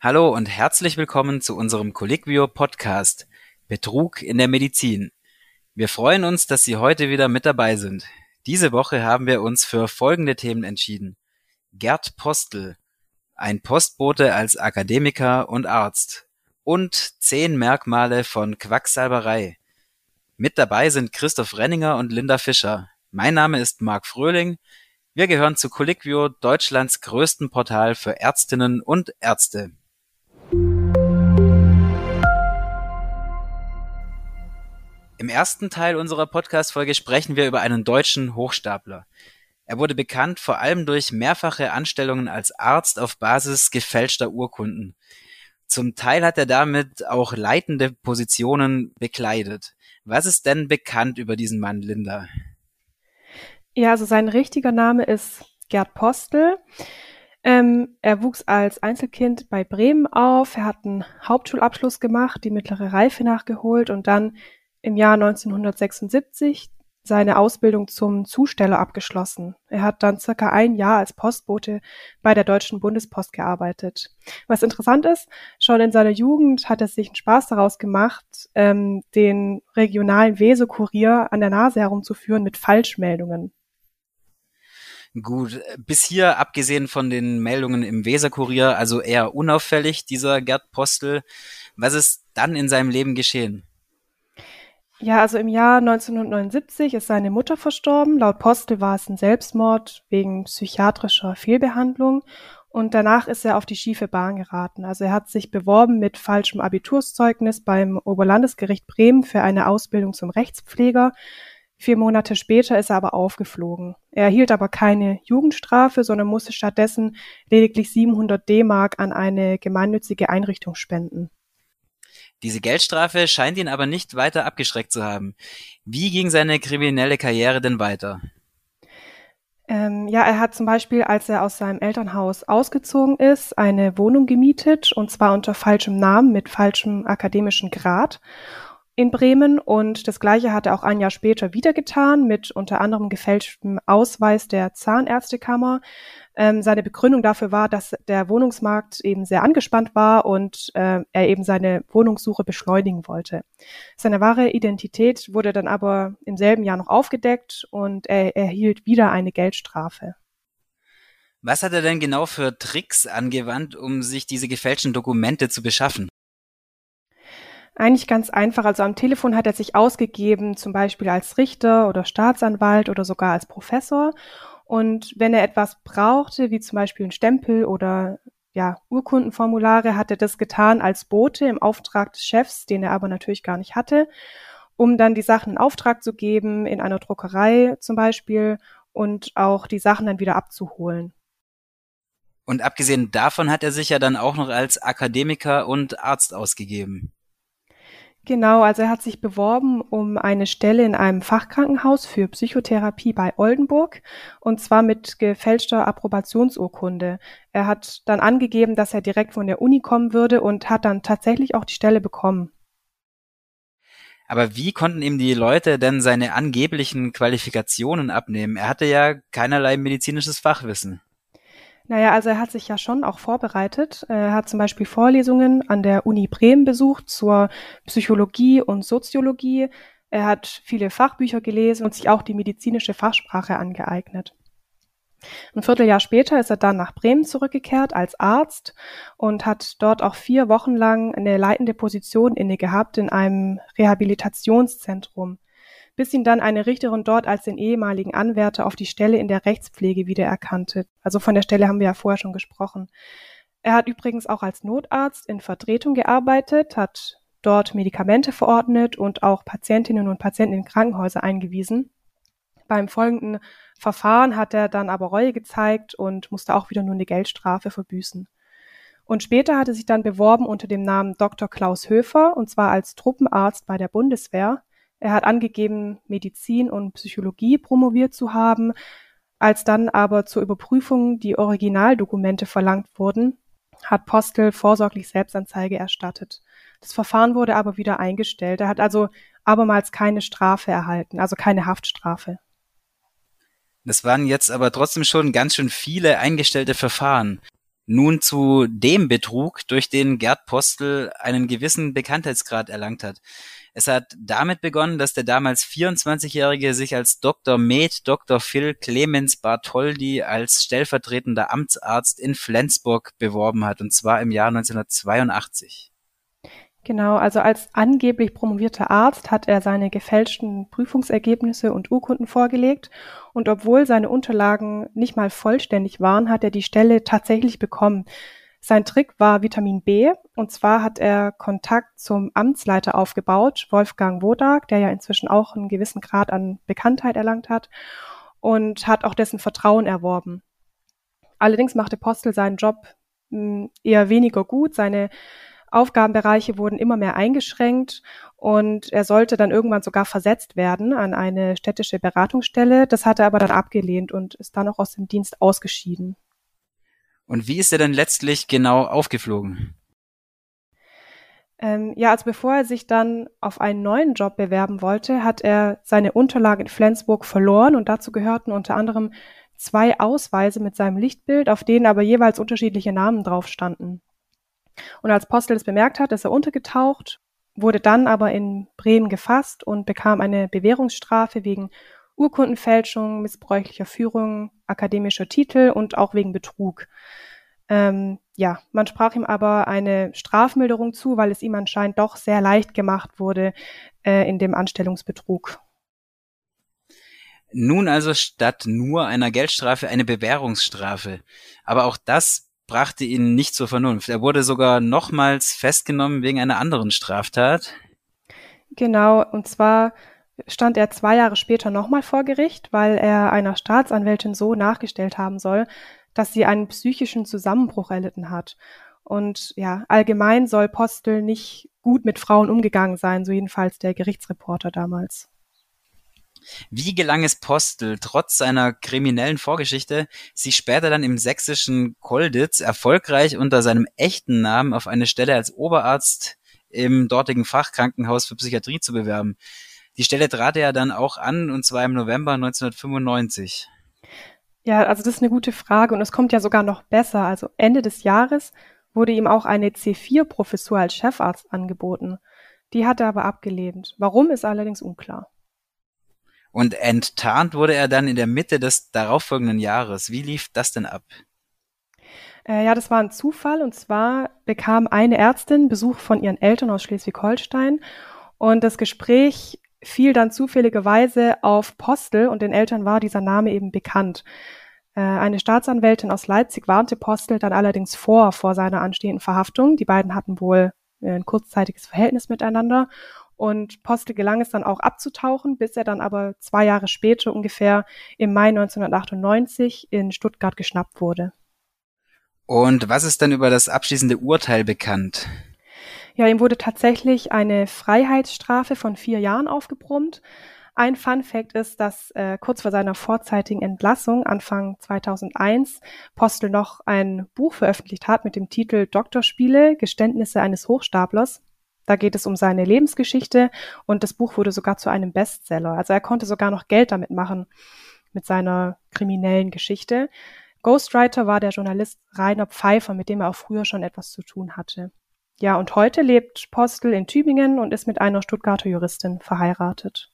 Hallo und herzlich willkommen zu unserem Colliquio-Podcast Betrug in der Medizin. Wir freuen uns, dass Sie heute wieder mit dabei sind. Diese Woche haben wir uns für folgende Themen entschieden. Gerd Postel, ein Postbote als Akademiker und Arzt und 10 Merkmale von Quacksalberei. Mit dabei sind Christoph Renninger und Linda Fischer. Mein Name ist Marc Fröhling. Wir gehören zu Colliquio, Deutschlands größten Portal für Ärztinnen und Ärzte. Im ersten Teil unserer Podcast-Folge sprechen wir über einen deutschen Hochstapler. Er wurde bekannt vor allem durch mehrfache Anstellungen als Arzt auf Basis gefälschter Urkunden. Zum Teil hat er damit auch leitende Positionen bekleidet. Was ist denn bekannt über diesen Mann, Linda? Ja, also sein richtiger Name ist Gerd Postel. Er wuchs als Einzelkind bei Bremen auf. Er hat einen Hauptschulabschluss gemacht, die mittlere Reife nachgeholt und dann im Jahr 1976 seine Ausbildung zum Zusteller abgeschlossen. Er hat dann circa ein Jahr als Postbote bei der Deutschen Bundespost gearbeitet. Was interessant ist, schon in seiner Jugend hat er sich einen Spaß daraus gemacht, den regionalen Weser-Kurier an der Nase herumzuführen mit Falschmeldungen. Gut, bis hier, abgesehen von den Meldungen im Weser-Kurier, also eher unauffällig, dieser Gerd Postel. Was ist dann in seinem Leben geschehen? Ja, also im Jahr 1979 ist seine Mutter verstorben. Laut Postel war es ein Selbstmord wegen psychiatrischer Fehlbehandlung. Und danach ist er auf die schiefe Bahn geraten. Also er hat sich beworben mit falschem Abiturszeugnis beim Oberlandesgericht Bremen für eine Ausbildung zum Rechtspfleger. 4 Monate später ist er aber aufgeflogen. Er erhielt aber keine Jugendstrafe, sondern musste stattdessen lediglich 700 D-Mark an eine gemeinnützige Einrichtung spenden. Diese Geldstrafe scheint ihn aber nicht weiter abgeschreckt zu haben. Wie ging seine kriminelle Karriere denn weiter? Er hat zum Beispiel, als er aus seinem Elternhaus ausgezogen ist, eine Wohnung gemietet, und zwar unter falschem Namen mit falschem akademischen Grad in Bremen, und das Gleiche hat er auch ein Jahr später wieder getan, mit unter anderem gefälschtem Ausweis der Zahnärztekammer. Seine Begründung dafür war, dass der Wohnungsmarkt eben sehr angespannt war und er eben seine Wohnungssuche beschleunigen wollte. Seine wahre Identität wurde dann aber im selben Jahr noch aufgedeckt und er erhielt wieder eine Geldstrafe. Was hat er denn genau für Tricks angewandt, um sich diese gefälschten Dokumente zu beschaffen? Eigentlich ganz einfach. Also am Telefon hat er sich ausgegeben, zum Beispiel als Richter oder Staatsanwalt oder sogar als Professor. Und wenn er etwas brauchte, wie zum Beispiel einen Stempel oder Urkundenformulare, hat er das getan als Bote im Auftrag des Chefs, den er aber natürlich gar nicht hatte, um dann die Sachen in Auftrag zu geben, in einer Druckerei zum Beispiel, und auch die Sachen dann wieder abzuholen. Und abgesehen davon hat er sich ja dann auch noch als Akademiker und Arzt ausgegeben. Genau, also er hat sich beworben um eine Stelle in einem Fachkrankenhaus für Psychotherapie bei Oldenburg, und zwar mit gefälschter Approbationsurkunde. Er hat dann angegeben, dass er direkt von der Uni kommen würde und hat dann tatsächlich auch die Stelle bekommen. Aber wie konnten ihm die Leute denn seine angeblichen Qualifikationen abnehmen? Er hatte ja keinerlei medizinisches Fachwissen. Naja, also er hat sich ja schon auch vorbereitet. Er hat zum Beispiel Vorlesungen an der Uni Bremen besucht zur Psychologie und Soziologie. Er hat viele Fachbücher gelesen und sich auch die medizinische Fachsprache angeeignet. Ein Vierteljahr später ist er dann nach Bremen zurückgekehrt als Arzt und hat dort auch 4 Wochen lang eine leitende Position inne gehabt in einem Rehabilitationszentrum, bis ihn dann eine Richterin dort als den ehemaligen Anwärter auf die Stelle in der Rechtspflege wiedererkannte. Also von der Stelle haben wir ja vorher schon gesprochen. Er hat übrigens auch als Notarzt in Vertretung gearbeitet, hat dort Medikamente verordnet und auch Patientinnen und Patienten in Krankenhäuser eingewiesen. Beim folgenden Verfahren hat er dann aber Reue gezeigt und musste auch wieder nur eine Geldstrafe verbüßen. Und später hat er sich dann beworben unter dem Namen Dr. Klaus Höfer, und zwar als Truppenarzt bei der Bundeswehr. Er hat angegeben, Medizin und Psychologie promoviert zu haben. Als dann aber zur Überprüfung die Originaldokumente verlangt wurden, hat Postel vorsorglich Selbstanzeige erstattet. Das Verfahren wurde aber wieder eingestellt. Er hat also abermals keine Strafe erhalten, also keine Haftstrafe. Das waren jetzt aber trotzdem schon ganz schön viele eingestellte Verfahren. Nun zu dem Betrug, durch den Gerd Postel einen gewissen Bekanntheitsgrad erlangt hat. Es hat damit begonnen, dass der damals 24-Jährige sich als Dr. Med. Dr. Phil Clemens Bartholdy als stellvertretender Amtsarzt in Flensburg beworben hat, und zwar im Jahr 1982. Genau, also als angeblich promovierter Arzt hat er seine gefälschten Prüfungsergebnisse und Urkunden vorgelegt, und obwohl seine Unterlagen nicht mal vollständig waren, hat er die Stelle tatsächlich bekommen. Sein Trick war Vitamin B, und zwar hat er Kontakt zum Amtsleiter aufgebaut, Wolfgang Wodak, der ja inzwischen auch einen gewissen Grad an Bekanntheit erlangt hat, und hat auch dessen Vertrauen erworben. Allerdings machte Postel seinen Job eher weniger gut. Seine Aufgabenbereiche wurden immer mehr eingeschränkt, und er sollte dann irgendwann sogar versetzt werden an eine städtische Beratungsstelle. Das hat er aber dann abgelehnt und ist dann auch aus dem Dienst ausgeschieden. Und wie ist er denn letztlich genau aufgeflogen? Ja, also bevor er sich dann auf einen neuen Job bewerben wollte, hat er seine Unterlagen in Flensburg verloren, und dazu gehörten unter anderem 2 Ausweise mit seinem Lichtbild, auf denen aber jeweils unterschiedliche Namen drauf standen. Und als Postel es bemerkt hat, ist er untergetaucht, wurde dann aber in Bremen gefasst und bekam eine Bewährungsstrafe wegen Urkundenfälschung, missbräuchlicher Führung, akademischer Titel und auch wegen Betrug. Man sprach ihm aber eine Strafmilderung zu, weil es ihm anscheinend doch sehr leicht gemacht wurde in dem Anstellungsbetrug. Nun also statt nur einer Geldstrafe eine Bewährungsstrafe. Aber auch das brachte ihn nicht zur Vernunft. Er wurde sogar nochmals festgenommen wegen einer anderen Straftat. Genau, und zwar stand er 2 Jahre später nochmal vor Gericht, weil er einer Staatsanwältin so nachgestellt haben soll, dass sie einen psychischen Zusammenbruch erlitten hat. Und ja, allgemein soll Postel nicht gut mit Frauen umgegangen sein, so jedenfalls der Gerichtsreporter damals. Wie gelang es Postel, trotz seiner kriminellen Vorgeschichte, sich später dann im sächsischen Kolditz erfolgreich unter seinem echten Namen auf eine Stelle als Oberarzt im dortigen Fachkrankenhaus für Psychiatrie zu bewerben? Die Stelle trat er dann auch an, und zwar im November 1995. Ja, also das ist eine gute Frage, und es kommt ja sogar noch besser. Also Ende des Jahres wurde ihm auch eine C4-Professur als Chefarzt angeboten. Die hat er aber abgelehnt. Warum, ist allerdings unklar. Und enttarnt wurde er dann in der Mitte des darauffolgenden Jahres. Wie lief das denn ab? Ja, das war ein Zufall, und zwar bekam eine Ärztin Besuch von ihren Eltern aus Schleswig-Holstein, und das Gespräch fiel dann zufälligerweise auf Postel, und den Eltern war dieser Name eben bekannt. Eine Staatsanwältin aus Leipzig warnte Postel dann allerdings vor seiner anstehenden Verhaftung. Die beiden hatten wohl ein kurzzeitiges Verhältnis miteinander, und Postel gelang es dann auch abzutauchen, bis er dann aber 2 Jahre später, ungefähr im Mai 1998, in Stuttgart geschnappt wurde. Und was ist denn über das abschließende Urteil bekannt? Ja, ihm wurde tatsächlich eine Freiheitsstrafe von 4 Jahren aufgebrummt. Ein Fun-Fact ist, dass kurz vor seiner vorzeitigen Entlassung Anfang 2001 Postel noch ein Buch veröffentlicht hat mit dem Titel Doktorspiele, Geständnisse eines Hochstaplers. Da geht es um seine Lebensgeschichte, und das Buch wurde sogar zu einem Bestseller. Also er konnte sogar noch Geld damit machen, mit seiner kriminellen Geschichte. Ghostwriter war der Journalist Rainer Pfeiffer, mit dem er auch früher schon etwas zu tun hatte. Ja, und heute lebt Postel in Tübingen und ist mit einer Stuttgarter Juristin verheiratet.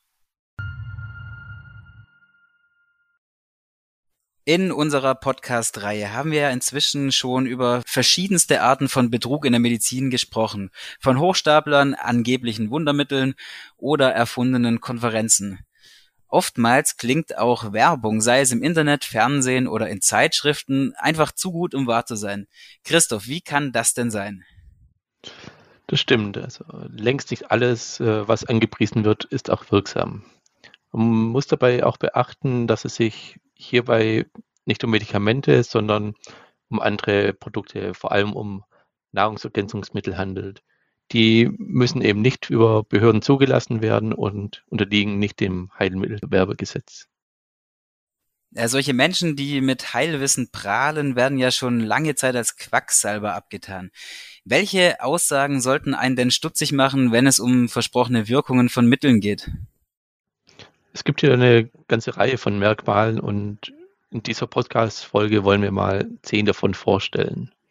In unserer Podcast-Reihe haben wir ja inzwischen schon über verschiedenste Arten von Betrug in der Medizin gesprochen. Von Hochstaplern, angeblichen Wundermitteln oder erfundenen Konferenzen. Oftmals klingt auch Werbung, sei es im Internet, Fernsehen oder in Zeitschriften, einfach zu gut, um wahr zu sein. Christoph, wie kann das denn sein? Das stimmt. Also längst nicht alles, was angepriesen wird, ist auch wirksam. Man muss dabei auch beachten, dass es sich hierbei nicht um Medikamente, sondern um andere Produkte, vor allem um Nahrungsergänzungsmittel handelt. Die müssen eben nicht über Behörden zugelassen werden und unterliegen nicht dem Heilmittelgewerbegesetz. Solche Menschen, die mit Heilwissen prahlen, werden ja schon lange Zeit als Quacksalber abgetan. Welche Aussagen sollten einen denn stutzig machen, wenn es um versprochene Wirkungen von Mitteln geht? Es gibt hier eine ganze Reihe von Merkmalen, und in dieser Podcast-Folge wollen wir mal 10 davon vorstellen.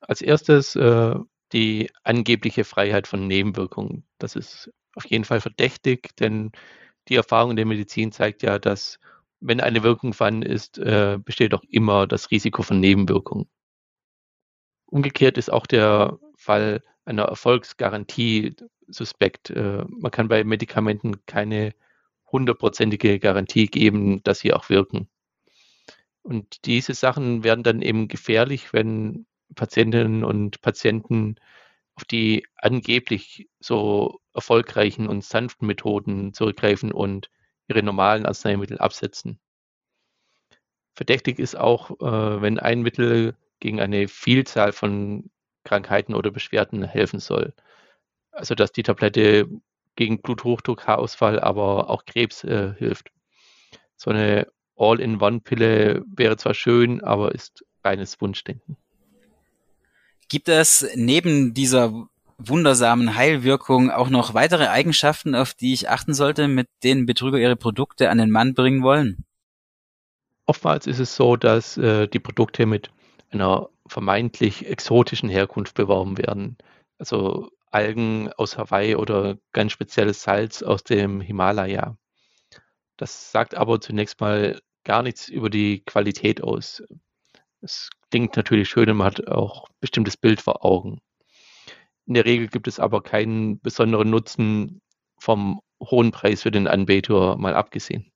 Als erstes die angebliche Freiheit von Nebenwirkungen. Das ist auf jeden Fall verdächtig, denn die Erfahrung in der Medizin zeigt ja, dass wenn eine Wirkung vorhanden ist, besteht auch immer das Risiko von Nebenwirkungen. Umgekehrt ist auch der Fall einer Erfolgsgarantie suspekt. Man kann bei Medikamenten keine 100%ige Garantie geben, dass sie auch wirken. Und diese Sachen werden dann eben gefährlich, wenn Patientinnen und Patienten auf die angeblich so erfolgreichen und sanften Methoden zurückgreifen und ihre normalen Arzneimittel absetzen. Verdächtig ist auch, wenn ein Mittel gegen eine Vielzahl von Krankheiten oder Beschwerden helfen soll. Also dass die Tablette gegen Bluthochdruck, Haarausfall, aber auch Krebs hilft. So eine All-in-One-Pille wäre zwar schön, aber ist reines Wunschdenken. Gibt es neben dieser wundersamen Heilwirkung auch noch weitere Eigenschaften, auf die ich achten sollte, mit denen Betrüger ihre Produkte an den Mann bringen wollen? Oftmals ist es so, dass die Produkte mit einer vermeintlich exotischen Herkunft beworben werden. Also Algen aus Hawaii oder ganz spezielles Salz aus dem Himalaya. Das sagt aber zunächst mal gar nichts über die Qualität aus. Es klingt natürlich schön und man hat auch ein bestimmtes Bild vor Augen. In der Regel gibt es aber keinen besonderen Nutzen vom hohen Preis für den Anbieter mal abgesehen.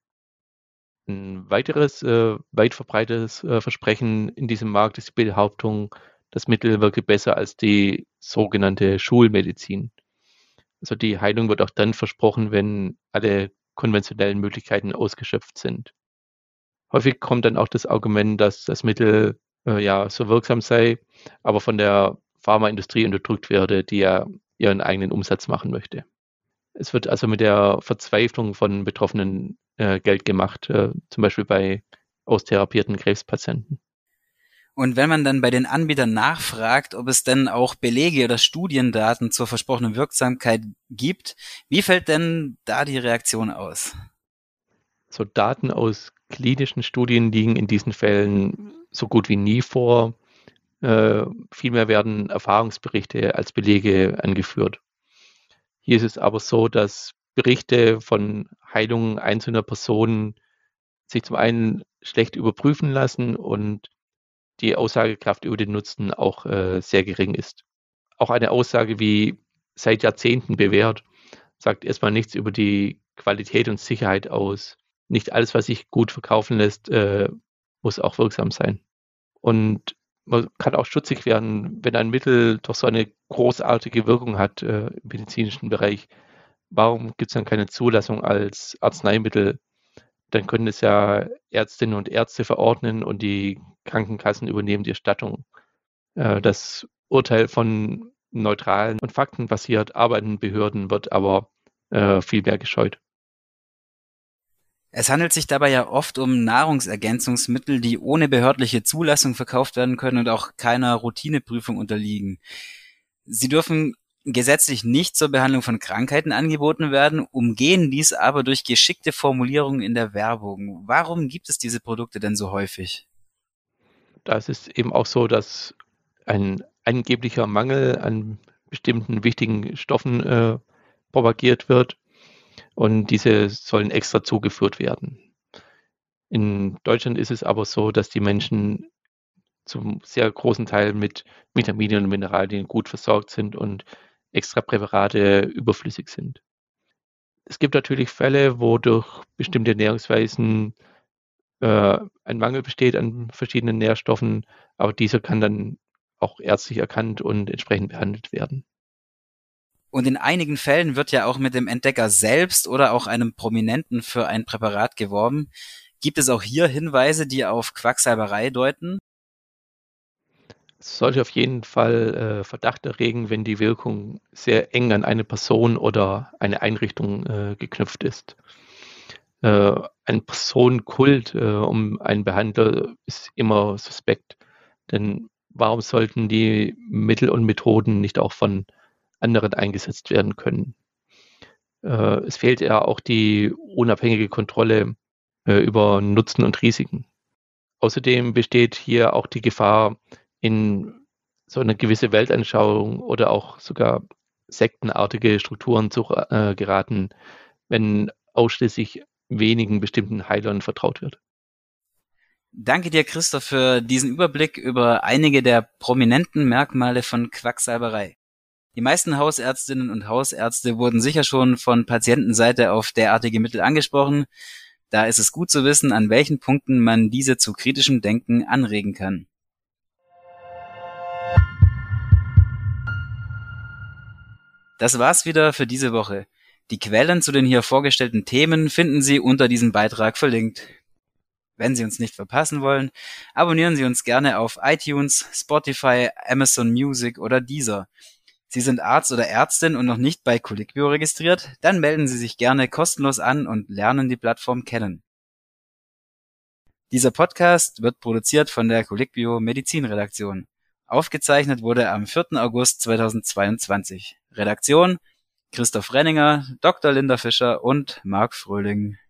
Ein weiteres weit verbreitetes Versprechen in diesem Markt ist die Behauptung, das Mittel wirke besser als die sogenannte Schulmedizin. Also die Heilung wird auch dann versprochen, wenn alle konventionellen Möglichkeiten ausgeschöpft sind. Häufig kommt dann auch das Argument, dass das Mittel ja so wirksam sei, aber von der Pharmaindustrie unterdrückt werde, die ja ihren eigenen Umsatz machen möchte. Es wird also mit der Verzweiflung von Betroffenen Geld gemacht, zum Beispiel bei austherapierten Krebspatienten. Und wenn man dann bei den Anbietern nachfragt, ob es denn auch Belege oder Studiendaten zur versprochenen Wirksamkeit gibt, wie fällt denn da die Reaktion aus? So Daten aus klinischen Studien liegen in diesen Fällen so gut wie nie vor. Vielmehr werden Erfahrungsberichte als Belege angeführt. Hier ist es aber so, dass Berichte von Heilungen einzelner Personen sich zum einen schlecht überprüfen lassen und die Aussagekraft über den Nutzen auch sehr gering ist. Auch eine Aussage wie seit Jahrzehnten bewährt sagt erstmal nichts über die Qualität und Sicherheit aus. Nicht alles, was sich gut verkaufen lässt, muss auch wirksam sein. Und man kann auch stutzig werden, wenn ein Mittel doch so eine großartige Wirkung hat im medizinischen Bereich. Warum gibt es dann keine Zulassung als Arzneimittel? Dann können es ja Ärztinnen und Ärzte verordnen und die Krankenkassen übernehmen die Erstattung. Das Urteil von neutralen und faktenbasiert arbeitenden Behörden wird aber viel mehr gescheut. Es handelt sich dabei ja oft um Nahrungsergänzungsmittel, die ohne behördliche Zulassung verkauft werden können und auch keiner Routineprüfung unterliegen. Sie dürfen gesetzlich nicht zur Behandlung von Krankheiten angeboten werden, umgehen dies aber durch geschickte Formulierungen in der Werbung. Warum gibt es diese Produkte denn so häufig? Da ist es eben auch so, dass ein angeblicher Mangel an bestimmten wichtigen Stoffen propagiert wird und diese sollen extra zugeführt werden. In Deutschland ist es aber so, dass die Menschen zum sehr großen Teil mit Vitaminen und Mineralien gut versorgt sind und extra Präparate überflüssig sind. Es gibt natürlich Fälle, wo durch bestimmte Ernährungsweisen ein Mangel besteht an verschiedenen Nährstoffen, aber dieser kann dann auch ärztlich erkannt und entsprechend behandelt werden. Und in einigen Fällen wird ja auch mit dem Entdecker selbst oder auch einem Prominenten für ein Präparat geworben. Gibt es auch hier Hinweise, die auf Quacksalberei deuten? Es sollte auf jeden Fall Verdacht erregen, wenn die Wirkung sehr eng an eine Person oder eine Einrichtung geknüpft ist. Ein Personenkult um einen Behandler ist immer suspekt, denn warum sollten die Mittel und Methoden nicht auch von anderen eingesetzt werden können? Es fehlt ja auch die unabhängige Kontrolle über Nutzen und Risiken. Außerdem besteht hier auch die Gefahr, in so eine gewisse Weltanschauung oder auch sogar sektenartige Strukturen zu geraten, wenn ausschließlich wenigen bestimmten Heilern vertraut wird. Danke dir, Christoph, für diesen Überblick über einige der prominenten Merkmale von Quacksalberei. Die meisten Hausärztinnen und Hausärzte wurden sicher schon von Patientenseite auf derartige Mittel angesprochen. Da ist es gut zu wissen, an welchen Punkten man diese zu kritischem Denken anregen kann. Das war's wieder für diese Woche. Die Quellen zu den hier vorgestellten Themen finden Sie unter diesem Beitrag verlinkt. Wenn Sie uns nicht verpassen wollen, abonnieren Sie uns gerne auf iTunes, Spotify, Amazon Music oder Deezer. Sie sind Arzt oder Ärztin und noch nicht bei Colliquio registriert? Dann melden Sie sich gerne kostenlos an und lernen die Plattform kennen. Dieser Podcast wird produziert von der Colliquio Medizinredaktion. Aufgezeichnet wurde am 4. August 2022. Redaktion: Christoph Renninger, Dr. Linda Fischer und Marc Fröhling.